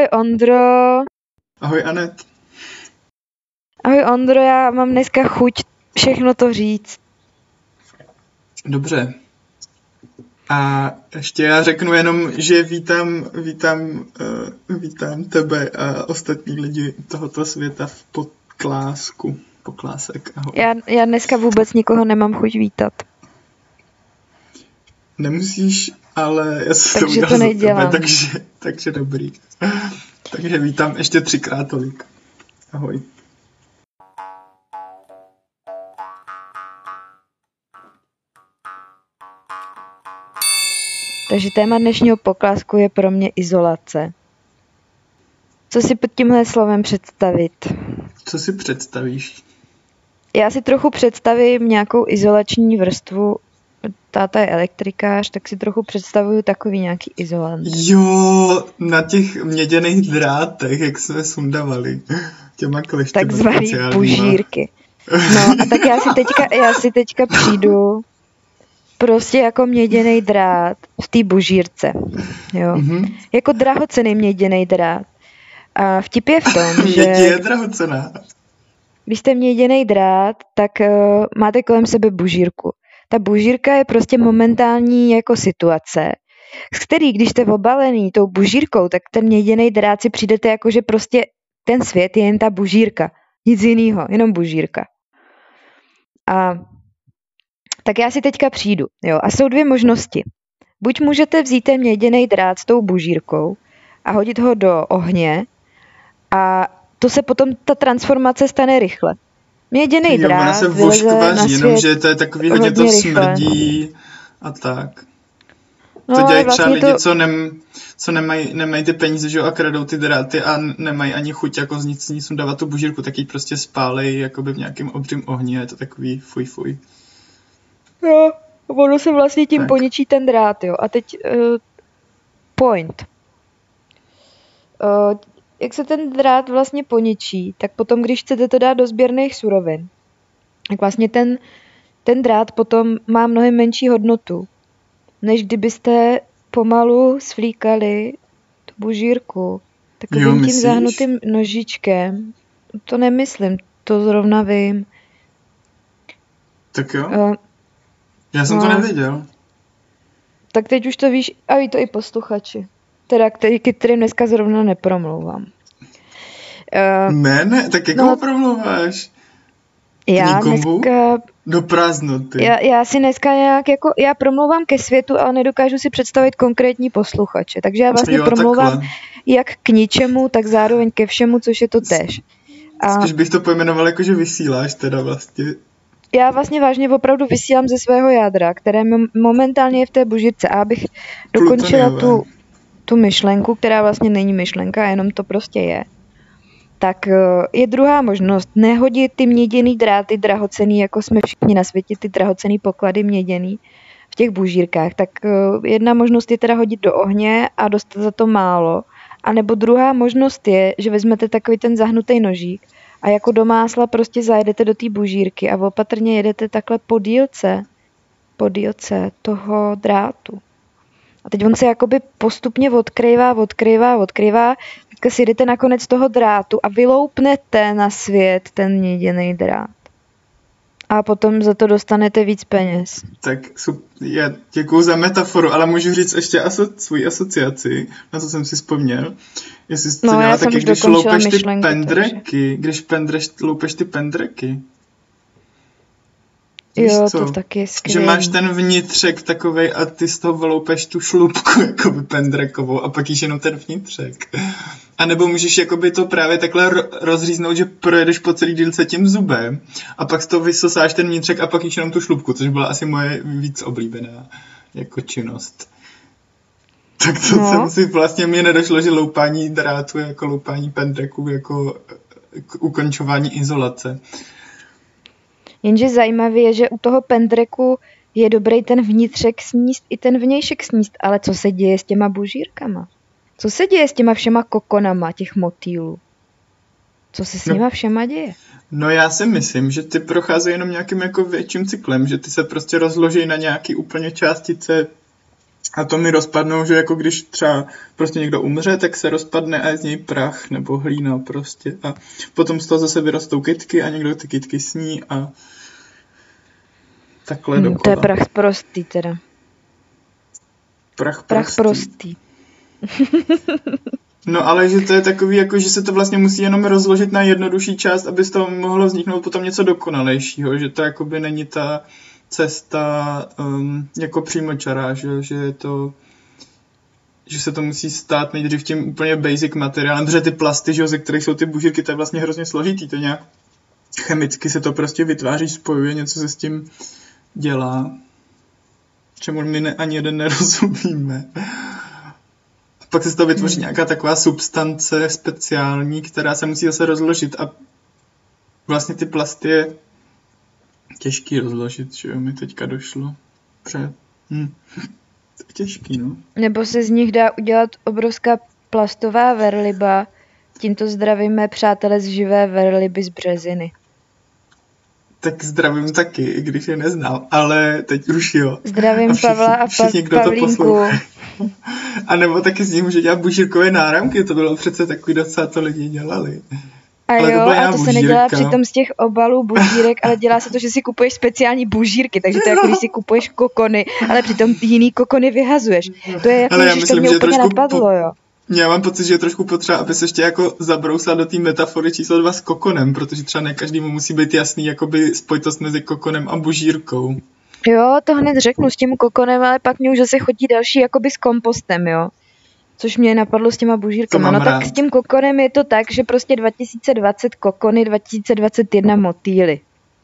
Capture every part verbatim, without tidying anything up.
Ahoj Ondro. Ahoj Anet. Ahoj Ondro, já mám dneska chuť všechno to říct. Dobře. A ještě já řeknu jenom, že vítám, vítám, uh, vítám tebe a ostatní lidi tohoto světa v Podklásku. Poklásek, ahoj. Já, já dneska vůbec nikoho nemám chuť vítat. Nemusíš, ale já jsem Takže to to udělal za nedělám. tebe, takže, takže dobrý. Takže vítám ještě třikrát tolik. Ahoj. Takže téma dnešního poklásku je pro mě izolace. Co si pod tímhle slovem představit? Co si představíš? Já si trochu představím nějakou izolační vrstvu. Táta je elektrikář, tak si trochu představuju takový nějaký izolant. Jo, na těch měděných drátech, jak jsme sundavali. Těma kleštěma Takzvaný speciálníma. bužírky. No a tak já si teďka, já si teďka přijdu prostě jako měděnej drát v té bužírce. Jo. Mhm. Jako drahocenný měděnej drát. A vtip je v tom, Měď že je drahocenná. když jste měděnej drát, tak uh, máte kolem sebe bužírku. Ta bužírka je prostě momentální jako situace, z který, když jste obalený tou bužírkou, tak ten měděnej drát si přijdete jako, že prostě ten svět je jen ta bužírka. Nic jiného, jenom bužírka. A tak já si teďka přijdu. Jo? A jsou dvě možnosti. Buď můžete vzít ten měděnej drát s tou bužírkou a hodit ho do ohně a to se potom, ta transformace stane rychle. Měděnej Jo, ona drát se vyleze na voškvaří, svět jenomže to je takový hodně to hodně rychle. smrdí a tak. No, To ale dělají třeba vlastně lidi, to, co, nem, co nemají, nemají ty peníze, že jo, a kradou ty dráty a nemají ani chuť jako z nic ní sundávat tu bužírku, tak ji prostě spálej jakoby v nějakém obřím ohni a je to takový fuj fuj. no, ono se vlastně tím Tak. poničí ten drát, jo. A teď uh, point. Uh, jak se ten drát vlastně poničí, tak potom, když chcete to dát do sběrných surovin, tak vlastně ten, ten drát potom má mnohem menší hodnotu, než kdybyste pomalu svlíkali tu bužírku takovým Jo, tím myslíš? zahnutým nožičkem. To nemyslím, to zrovna vím. Tak jo, Uh, já jsem no. to nevěděl. Tak teď už to víš, a ví to i posluchači. Teda, který, kterým dneska zrovna nepromlouvám. Uh, Ne, ne, tak jako no, ho promluváš? já Nikomu? dneska, Do prázdnoty. já, já si dneska nějak jako, já promlouvám ke světu, ale nedokážu si představit konkrétní posluchače. Takže já vlastně Jo, promlouvám takhle. jak k ničemu, tak zároveň ke všemu, což je to též. A Spíš bych to pojmenoval jako, že vysíláš teda vlastně. já vlastně vážně opravdu vysílám ze svého jádra, které mom- momentálně je v té bužírce. A abych dokončila Plutoniové. tu, tu myšlenku, která vlastně není myšlenka, jenom to prostě je, tak eh, je druhá možnost nehodit ty měděný dráty drahocený, jako jsme všichni na světě, ty drahocený poklady měděný v těch bužírkách. Tak eh, jedna možnost je teda hodit do ohně a dostat za to málo. A nebo druhá možnost je, že vezmete takový ten zahnutý nožík a jako do másla prostě zajedete do té bužírky a opatrně jedete takhle po dílce, po dílce toho drátu. A teď on se jakoby postupně odkrývá, odkrývá, odkrývá, teďka si jdete na konec toho drátu a vyloupnete na svět ten měděný drát. A potom za to dostanete víc peněz. Tak sup- já děkuju za metaforu, ale můžu říct ještě aso- svůj asociaci, na co jsem si vzpomněl. Jestli jsi No, to já dělala jsem taky, už když dokončila loupeš ty myšlenku, pendreky, když pendreš, loupeš ty pendreky. Víš Jo, co? to taky je Že skvělý. máš ten vnitřek takovej a ty z toho vyloupeš tu šlupku jakoby pendrekovou a pak jíš jenom ten vnitřek. A nebo můžeš jakoby to právě takhle ro- rozříznout, že projedeš po celý dílce tím zubem a pak z toho vysosáš ten vnitřek a pak jíš jenom tu šlupku, což byla asi moje víc oblíbená jako činnost. Tak to No. jsem si vlastně, mě nedošlo, že loupání drátu je jako loupání pendreků jako k ukončování izolace. Jenže zajímavé je, že u toho pendreku je dobrý ten vnitřek sníst i ten vnějšek sníst, ale co se děje s těma bužírkama? Co se děje s těma všema kokonama těch motýlů? Co se s No. nima všema děje? No já si myslím, že ty procházejí jenom nějakým jako větším cyklem, že ty se prostě rozloží na nějaký úplně částice atomy rozpadnou, že jako když třeba prostě někdo umře, tak se rozpadne a je z něj prach nebo hlína prostě. A potom z toho zase vyrostou kytky a někdo ty kytky sní a takhle Hmm, dokola. to je prach prostý teda. Prach, Prach prostý. No ale že to je takový, jako že se to vlastně musí jenom rozložit na jednodušší část, aby z toho mohlo vzniknout potom něco dokonalejšího, že to jakoby není ta cesta um, jako přímočará, že, že je to, že se to musí stát nejdřív tím úplně basic materiálem, protože ty plasty, že, ze kterých jsou ty bužírky, to je vlastně hrozně složitý, to nějak chemicky se to prostě vytváří, spojuje, něco se s tím dělá, čemu my ne, ani jeden nerozumíme. Pak se z toho vytvoří hmm. nějaká taková substance speciální, která se musí zase rozložit a vlastně ty plasty je těžký rozložit, že jo, mi teďka došlo. Pře... Hm. To je těžký, no. Nebo se z nich dá udělat obrovská plastová verliba. Tímto zdravím mé přátele z živé verliby z Březiny. Tak zdravím taky, i když je neznal, ale teď už jo. Zdravím a všichni, Pavla a všichni, kdo Pavlínku. To a nebo taky z nich může dělat bužírkové náramky, to bylo přece takový docela, to lidi dělali. A ale jo, to a to bužírka. Se nedělá přitom z těch obalů bužírek, ale dělá se to, že si kupuješ speciální bužírky, takže to je jako když si kupuješ kokony, ale přitom jiný kokony vyhazuješ. To je jako, že to mě úplně napadlo, po... jo. Já mám pocit, že je trošku potřeba, aby se ještě jako zabrousla do té metafory číslo dva s kokonem, protože třeba ne každému musí být jasný jakoby spojitost mezi kokonem a bužírkou. Jo, to hned řeknu s tím kokonem, ale pak mě už zase chodí další jakoby s kompostem, jo. Což mě napadlo s těma bužírkama. No rád. Tak s tím kokonem je to tak, že prostě dva tisíce dvacet kokony, dva tisíce dvacet jedna motýly.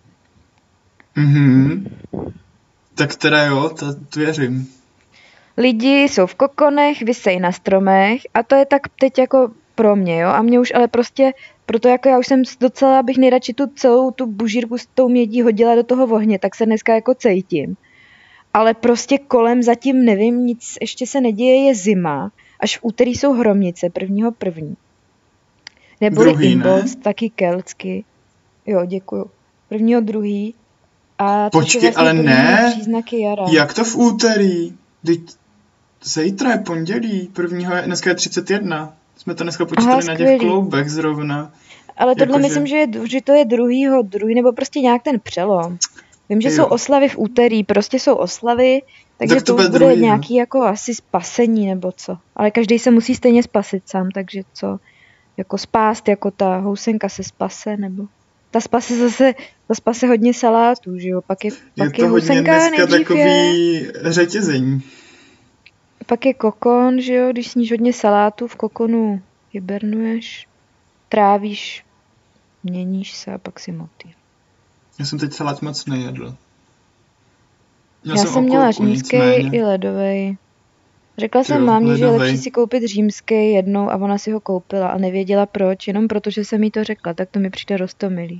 Mhm. Tak teda jo, to, to věřím. Lidi jsou v kokonech, visej na stromech a to je tak teď jako pro mě, jo. A mě už ale prostě, proto jako já už jsem docela, bych nejradši tu celou tu bužírku s tou mědí hodila do toho ohně, tak se dneska jako cejtím. Ale prostě kolem zatím nevím, nic ještě se neděje, je zima. Až v úterý jsou hromnice, prvního první. Neboli Imbolc, taky keltsky. Jo, děkuju. Prvního druhý. A počkej, vlastně ale ne. Příznaky jara. Jak to v úterý? Teď zítra je pondělí, prvního je, dneska je třicet jedna. Jsme to dneska počítali Aha, na těch kloubech zrovna. Ale tohle jako myslím, že... Že, je, že to je druhýho, druhý, nebo prostě nějak ten přelom. Vím, že jo. Jsou oslavy v úterý, prostě jsou oslavy, takže tak to, to bude druhý, nějaký no. Jako asi spasení nebo co. Ale každý se musí stejně spasit sám, takže co? Jako spást, jako ta housenka se spase, nebo... Ta spase zase, ta spase hodně salátů, že jo? Pak je, pak je, je housenka nejdřív je... takový je... řetězení. Pak je kokon, že jo? Když sníš hodně salátů, v kokonu hibernuješ, trávíš, měníš se a pak si motýl. Já jsem teď salát moc nejedl. Měl Já jsem, jsem měla římský i ledovej. Řekla jsem mámě, že je lepší si koupit římský jednou a ona si ho koupila a nevěděla proč, jenom protože jsem jí to řekla, tak to mi přijde roztomilý.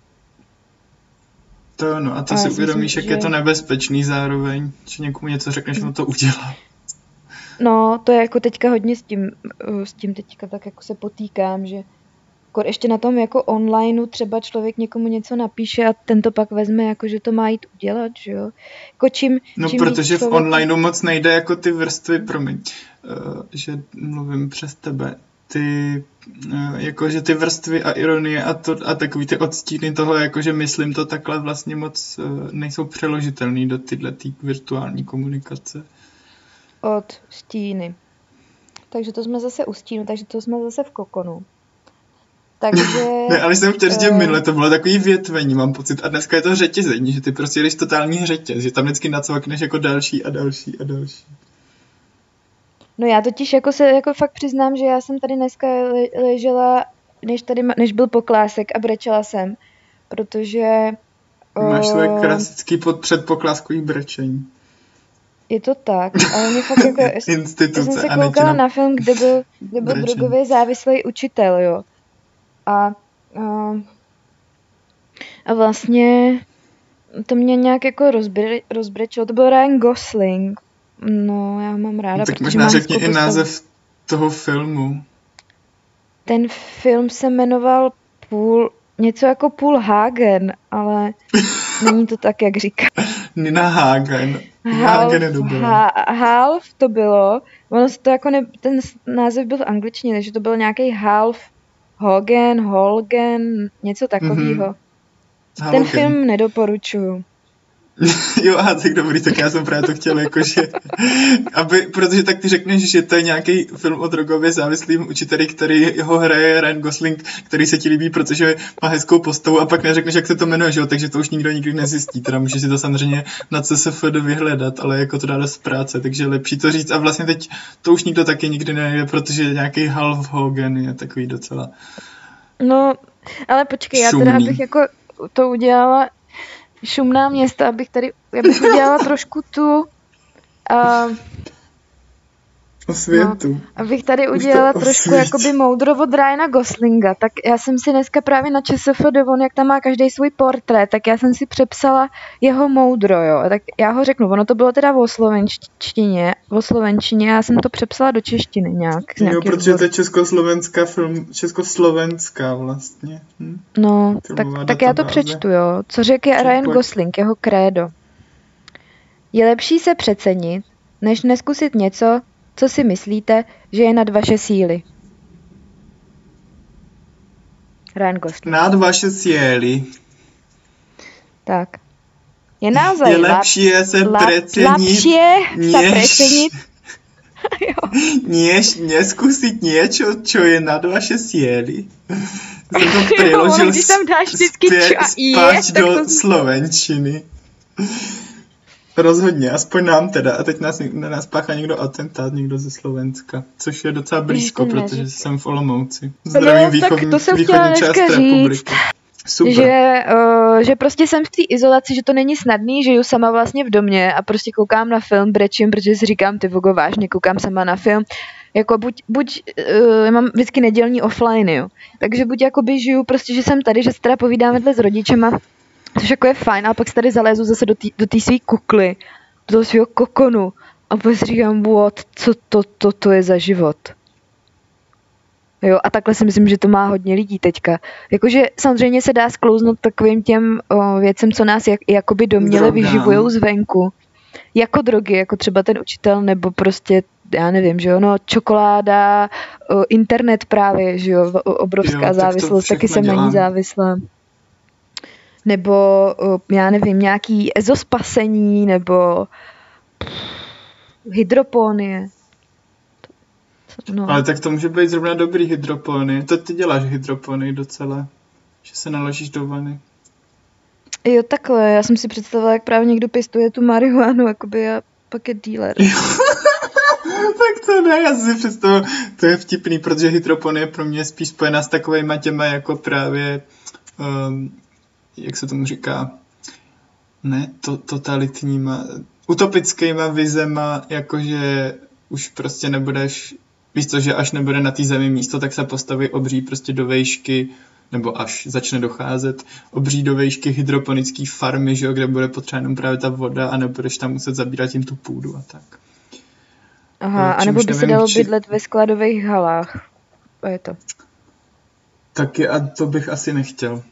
To no, a to a si uvědomíš, jak že... je to nebezpečný zároveň, že někomu něco řekneš, no to udělá. No, to je jako teďka hodně s tím, s tím teďka tak jako se potýkám, že ještě na tom jako onlineu třeba člověk někomu něco napíše a ten to pak vezme jako, že to má jít udělat, že jo. Jako čím, no, čím protože člověk... v onlineu moc nejde jako ty vrstvy, promiň, uh, že mluvím přes tebe, ty, uh, jako, že ty vrstvy a ironie a, to, a takový ty odstíny toho, jako, že myslím to takhle vlastně moc uh, nejsou přeložitelný do tyhle tý virtuální komunikace. Od stíny. Takže to jsme zase u stínu, takže to jsme zase v kokonu. Takže... ne, ale jsem chtěl říct, že minule to bylo takový větvení, mám pocit, a dneska je to řetězení, že ty prostě jdeš totální řetěz, že tam vždycky nacvakneš jako další a další a další. No já totiž jako se jako fakt přiznám, že já jsem tady dneska le- ležela, než tady než byl poklásek a brečela jsem, protože... Máš své o... klasický pod, předpokláskový brečení. Je to tak, ale mě fakt jako... Instituce, já jsem se koukala na film, kde byl, kde byl drogově závislý učitel, jo. A, a, a vlastně to mě nějak jako rozbre, rozbrečilo. To byl Ryan Gosling. No, já ho mám ráda. No, tak možná řekni i název toho filmu. Ten film se jmenoval Půl, něco jako Půl Hagen, ale není to tak, jak říká. Nina Hagen. Nina Half, Hagen je dobrá. ha, half to bylo, ono to jako ne, ten název byl v angličtině, takže to byl nějaký Half Hogan, Holgen, něco takového. Mm-hmm. Ten film nedoporučuju. Jo, a tak dobrý, tak já jsem právě to chtěl, jakože, aby, protože tak ty řekneš, že to je nějaký film o drogově závislým učiteli, který ho hraje Ryan Gosling, který se ti líbí, protože má hezkou postavu a pak neřekneš, jak se to jmenuje, že jo, takže to už nikdo nikdy nezjistí, teda můžeš si to samozřejmě na C S F D vyhledat, ale jako to dá dost práce, takže lepší to říct a vlastně teď to už nikdo taky nikdy nejde, protože nějaký Half Hogan je takový docela No, ale počkej, šumný. Já teda bych jako to udělala šumná města, abych tady, já bych udělala trošku tu uh, o světu. No, abych tady udělala trošku jakoby moudro od Ryana Goslinga, tak já jsem si dneska právě na ČSFD, on jak tam má každý svůj portrét, tak já jsem si přepsala jeho moudro, jo, tak já ho řeknu, ono to bylo teda v slovenštině, v slovenštině, já jsem to přepsala do češtiny nějak. Jo, protože to je československá film, československá vlastně. Hm? No, tak, tak já to přečtu, jo, co řekl Ryan Gosling, jeho krédo. Je lepší se přecenit, než neskusit něco, co si myslíte, že je nad vaše síly? Ryan Gosling. Nad vaše síly. Tak. Je naozaj je lepší je se lap, precenit, lepší než, sa precenit, než neskusit něco, co je nad vaše síly. Jsem to preložil jo, když tam dáš vždycky čo a je, spáč do to... slovenčiny. Rozhodně, aspoň nám teda. A teď nás, na nás páchá někdo atentát, někdo ze Slovenska, což je docela blízko, protože jsem v Olomouci. Zdravím no, východní, to jsem východní část republiky. Super. Že, uh, že prostě jsem v té izolaci, že to není snadný, že ju sama vlastně v domě a prostě koukám na film, brečím, protože si říkám, ty vogo, vážně, koukám sama na film. Jako buď, buď uh, já mám vždycky nedělní offline, jo. Takže buď jakoby žiju prostě, že jsem tady, že se teda povídám vedle s rodičema, což jako je fajn, a pak se tady zalézu zase do té do svý kukly, do toho svého kokonu a pak si říkám, what, co to, to, to je za život. Jo, a takhle si myslím, že to má hodně lidí teďka. Jakože samozřejmě se dá sklouznout takovým těm o, věcem, co nás jak, jakoby doměle vyživujou zvenku. Jako drogy, jako třeba ten učitel, nebo prostě, já nevím, že jo, no, čokoláda, o, internet právě, že jo, obrovská jo, závislost, taky jsem na ní závislá. Nebo, o, já nevím, nějaký ezospasení, nebo pff, hydroponie. No. Ale tak to může být zrovna dobrý hydropony. To ty děláš hydropony docela. Že se naložíš do vany. Jo, takhle. Já jsem si představila, jak právě někdo pěstuje tu marihuanu, jakoby a pak je dealer. Tak to ne, já si představuji. To je vtipný, protože hydropony je pro mě spíš spojená s takovejma těma jako právě, um, jak se tomu říká, ne to, totalitníma, utopickýma vizema, jakože už prostě nebudeš, víš co, že až nebude na té zemi místo, tak se postaví obří prostě do vejšky, nebo až začne docházet obří do vejšky hydroponické farmy, že jo, kde bude potřeba jenom právě ta voda a nebudeš tam muset zabírat tím tu půdu a tak. Aha, anebo by se dalo či... bydlet ve skladových halách. A je to. Taky a to bych asi nechtěl.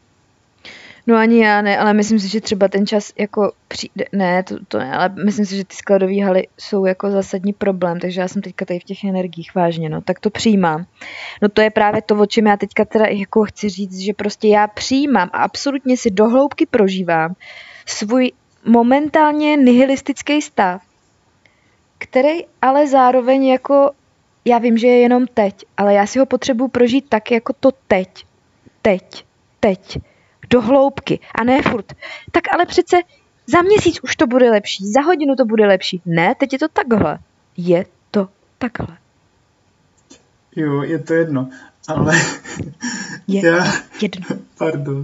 No ani já ne, ale myslím si, že třeba ten čas jako přijde, ne, to, to ne, ale myslím si, že ty skladové haly jsou jako zásadní problém, takže já jsem teďka tady v těch energiích vážně, no, tak to přijímám. No to je právě to, o čem já teďka teda jako chci říct, že prostě já přijímám a absolutně si do hloubky prožívám svůj momentálně nihilistický stav, který ale zároveň jako, já vím, že je jenom teď, ale já si ho potřebuji prožít tak jako to teď, teď, teď, do hloubky a ne furt. Tak ale přece za měsíc už to bude lepší, za hodinu to bude lepší. Ne, teď je to takhle. Je to takhle. Jo, je to jedno, ale je já... jedno. Pardon.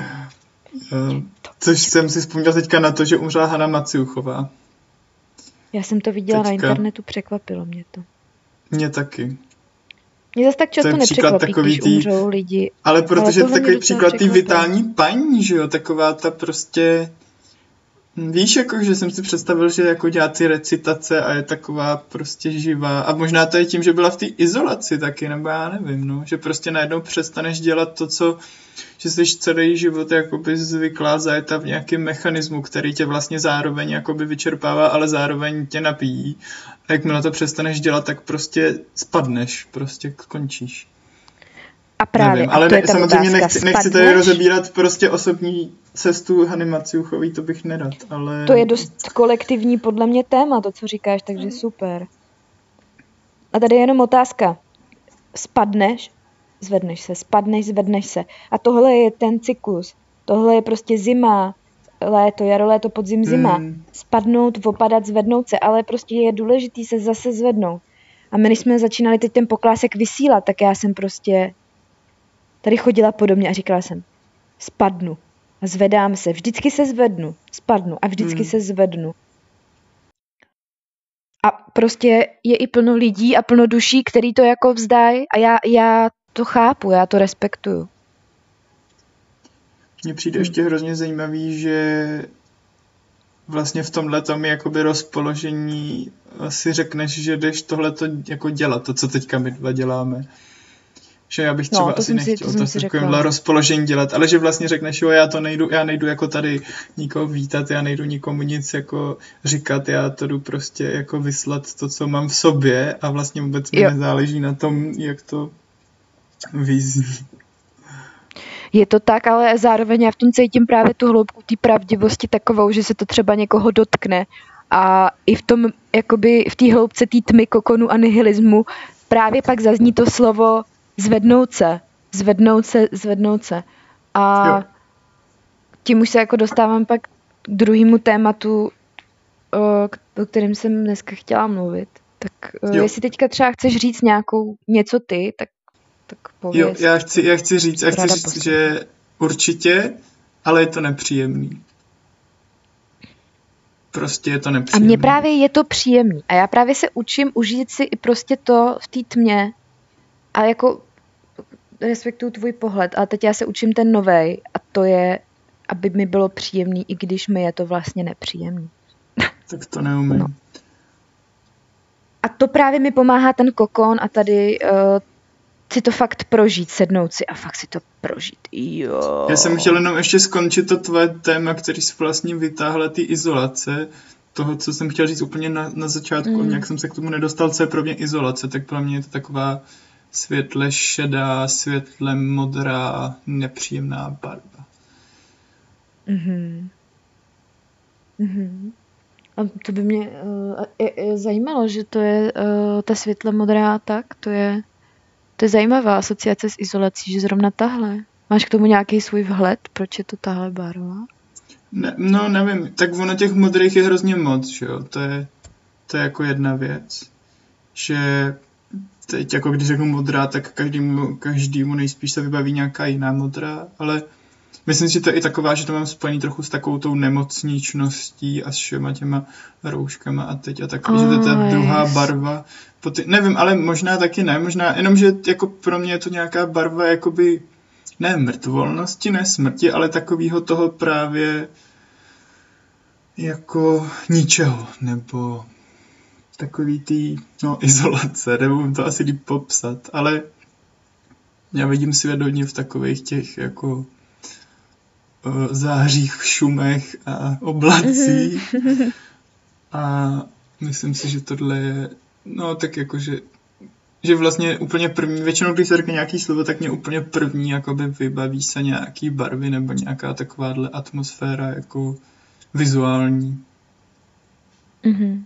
Což jsem si vzpomněl teďka na to, že umřela Hana Maciuchová. Já jsem to viděla teďka. Na internetu, překvapilo mě to. Mě taky. Mě zase tak často nepřekvapí, když tý, umřou lidi. Ale protože ale to je takový příklad té vitální paní, že jo, taková ta prostě Víš, jako, že jsem si představil, že jako dělá ty recitace a je taková prostě živá. A možná to je tím, že byla v té izolaci taky, nebo já nevím, no. Že prostě najednou přestaneš dělat to, co, že jsi celý život jakoby zvyklá zajet v nějakém mechanismu, který tě vlastně zároveň jakoby vyčerpává, ale zároveň tě napíjí. A jakmile to přestaneš dělat, tak prostě spadneš, prostě končíš. A právě, nevím, a ale to je ne, ta samozřejmě otázka, nechci, nechci tady spadneš? rozebírat prostě osobní cestu Hany Maciuchový, to bych nerad, ale... To je dost kolektivní podle mě téma, to, co říkáš, takže super. A tady je jenom otázka. Spadneš, zvedneš se, spadneš, zvedneš se. A tohle je ten cyklus. Tohle je prostě zima, léto, jaro, léto, podzim, zima. Mm. Spadnout, opadat, zvednout se, ale prostě je důležitý se zase zvednout. A my, když jsme začínali teď ten poklásek vysílat, tak já jsem prostě tady chodila podobně a říkala jsem, spadnu a zvedám se, vždycky se zvednu, spadnu a vždycky Mm. se zvednu. A prostě je i plno lidí a plno duší, který to jako vzdají a já, já to chápu, já to respektuju. Mně přijde ještě hrozně zajímavý, že vlastně v tomhletom jakoby rozpoložení si řekneš, že jdeš tohleto jako dělat, to, co teďka my dva děláme. Že já bych třeba No, to asi jsem si- nechtěl to to, jsem to si takovémhle řekla. rozpoložení dělat, ale že vlastně řekneš, jo, já to nejdu, já nejdu jako tady nikoho vítat, já nejdu nikomu nic jako říkat, já to jdu prostě jako vyslat to, co mám v sobě a vlastně vůbec mi Jo. nezáleží na tom, jak to vyzní. Je to tak, ale zároveň já v tom cítím právě tu hloubku té pravdivosti takovou, že se to třeba někoho dotkne. A i v tom, jakoby v té hloubce té tmy, kokonu a nihilismu právě pak zazní to slovo zvednout se, zvednout se, zvednout se. A Jo. tím už se jako dostávám pak k druhému tématu, o k- o kterém jsem dneska chtěla mluvit. Tak o, Jo. jestli teďka třeba chceš říct nějakou něco ty, tak, tak Jo, pověz. já chci, já chci říct, já chci Ráda říct, poslouchám. že určitě, ale je to nepříjemný. Prostě je to A nepříjemný. mně právě je to příjemný. A já právě se učím užít si i prostě to v té tmě. A jako respektuju tvůj pohled, ale teď já se učím ten novej a to je, aby mi bylo příjemný, i když mi je to vlastně nepříjemný. Tak to neumím. No. A to právě mi pomáhá ten kokon a tady uh, si to fakt prožít, sednout si a fakt si to prožít. Jo. Já jsem chtěl jenom ještě skončit to tvoje téma, který jsi vlastně vytáhla, ty izolace, toho, co jsem chtěl říct úplně na, na začátku, Mm. nějak jsem se k tomu nedostal, co je pro mě izolace, tak pro mě je to taková světle šedá, světle modrá, nepříjemná barva. Mhm. Mhm. A to by mě uh, je, je zajímalo, že to je uh, ta světle modrá, tak to je, to je zajímavá asociace s izolací, že zrovna tahle. Máš k tomu nějaký svůj vhled, proč je to tahle barva? Ne, no nevím, tak ono těch modrých je hrozně moc, že jo, to je, to je jako jedna věc, že teď jako když řeknu modrá, tak každému, každému nejspíš se vybaví nějaká jiná modrá, ale myslím si, že to je i taková, že to mám spojený trochu s takovou tou nemocničností a s všema těma rouškama a teď a takový, že to je ta Oh, druhá yes. barva. Po ty, nevím, ale možná taky ne, možná, jenom, že jako pro mě je to nějaká barva jakoby, ne mrtvolnosti, ne smrti, ale takového toho právě jako ničeho, nebo takový tý, no, izolace, nebudu to asi líp popsat, ale já vidím svět hodně v takových těch jako o zářích, šumech a oblacích. A myslím si, že tohle je, no tak jako, že, že vlastně úplně první, většinou když se řekne nějaký slovo, tak mě úplně první jakoby vybaví se nějaký barvy nebo nějaká takováhle atmosféra jako vizuální. Mhm.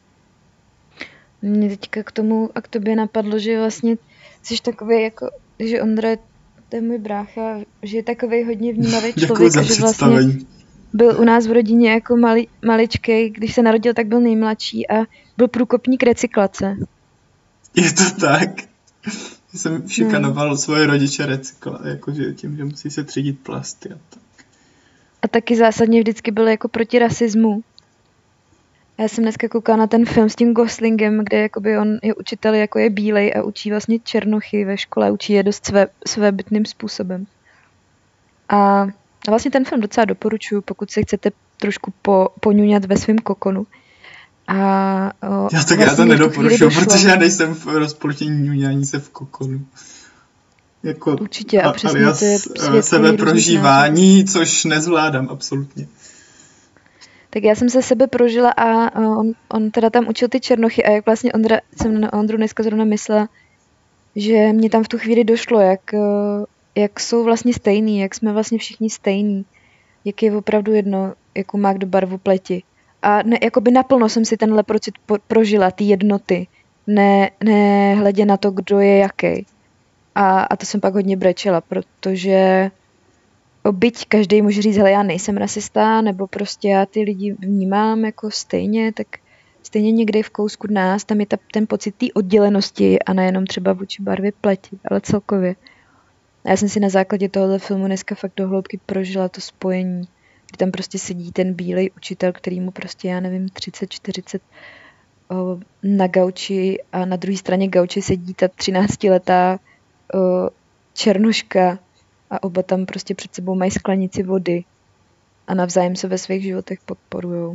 Mě teďka k tomu a k tobě napadlo, že vlastně jsi takový jako, že Ondra, to je můj brácha, že je takovej hodně vnímavý Děkuji člověk za a že vlastně představení. byl u nás v rodině jako mali, maličkej, když se narodil, tak byl nejmladší a byl průkopník recyklace. Je to tak. Jsem šikanoval hmm. svoje rodiče recykla, jakože tím, že musí se třídit plasty a tak. A taky zásadně vždycky byl jako proti rasismu. Já jsem dneska koukala na ten film s tím Goslingem, kde jakoby on je učitel, jako je bílej a učí vlastně černochy ve škole, učí je dost své, svébytným způsobem. A, a vlastně ten film docela doporučuji, pokud se chcete trošku po, poňuňat ve svém kokonu. A o, Já tak vlastně já to mě v tu chvíli nedoporučuju, došlo. protože já nejsem v rozpolčení ňuňání se v kokonu. Jako Určitě, a a- přesně alias to je eh, svět plný různých sebeprožívání, což nezvládám absolutně. Tak já jsem se sebe prožila a on, on teda tam učil ty černochy a jak vlastně Ondra, jsem na Ondru dneska zrovna myslela, že mě tam v tu chvíli došlo, jak, eh, jak jsou vlastně stejný, jak jsme vlastně všichni stejný, jak je opravdu jedno, jakou má kdo barvu pleti. A ne, jakoby naplno jsem si tenhle procit po, prožila, ty jednoty, ne, ne hledě na to, kdo je jaký. A, a to jsem pak hodně brečela, protože byť každý může říct, hele, já nejsem rasista, nebo prostě já ty lidi vnímám jako stejně, tak stejně někde v kousku nás, tam je ta, ten pocit té oddělenosti a nejenom třeba vůči barvě pleti, ale celkově. A já jsem si na základě tohoto filmu dneska fakt do hloubky prožila to spojení, kdy tam prostě sedí ten bílej učitel, který mu prostě, já nevím, třicet, čtyřicet o, na gauči a na druhé straně gauče sedí ta třináctiletá o, černoška a oba tam prostě před sebou mají sklenici vody a navzájem se ve svých životech podporujou.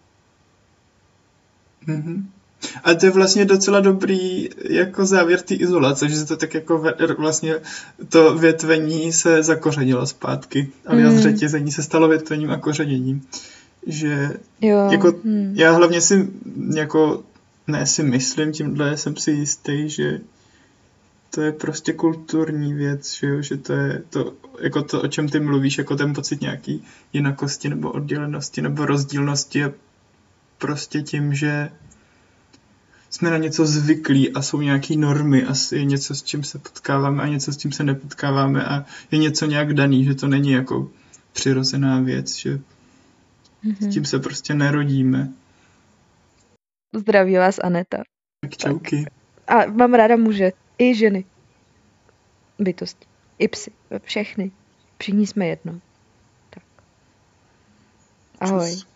Mm-hmm. A to je vlastně docela dobrý jako závěr té izolace, že se to tak jako ve, vlastně to větvení se zakořenilo zpátky, ale mm. řetězení se stalo větvením a kořeněním. Že jo. jako Hmm. já hlavně si jako ne si myslím, tímhle jsem si jistý, že to je prostě kulturní věc, že, jo? Že to je to, jako to, o čem ty mluvíš, jako ten pocit nějaký jinakosti nebo oddělenosti nebo rozdílnosti je prostě tím, že jsme na něco zvyklí a jsou nějaký normy a je něco, s čím se potkáváme a něco, s čím se nepotkáváme a je něco nějak daný, že to není jako přirozená věc, že mm-hmm. s tím se prostě nerodíme. Zdraví vás Aneta. Tak čauky. A mám ráda muže. I ženy. Bytosti. I psy. Všechny. Všichni jsme jedno. Tak. Ahoj. Čus.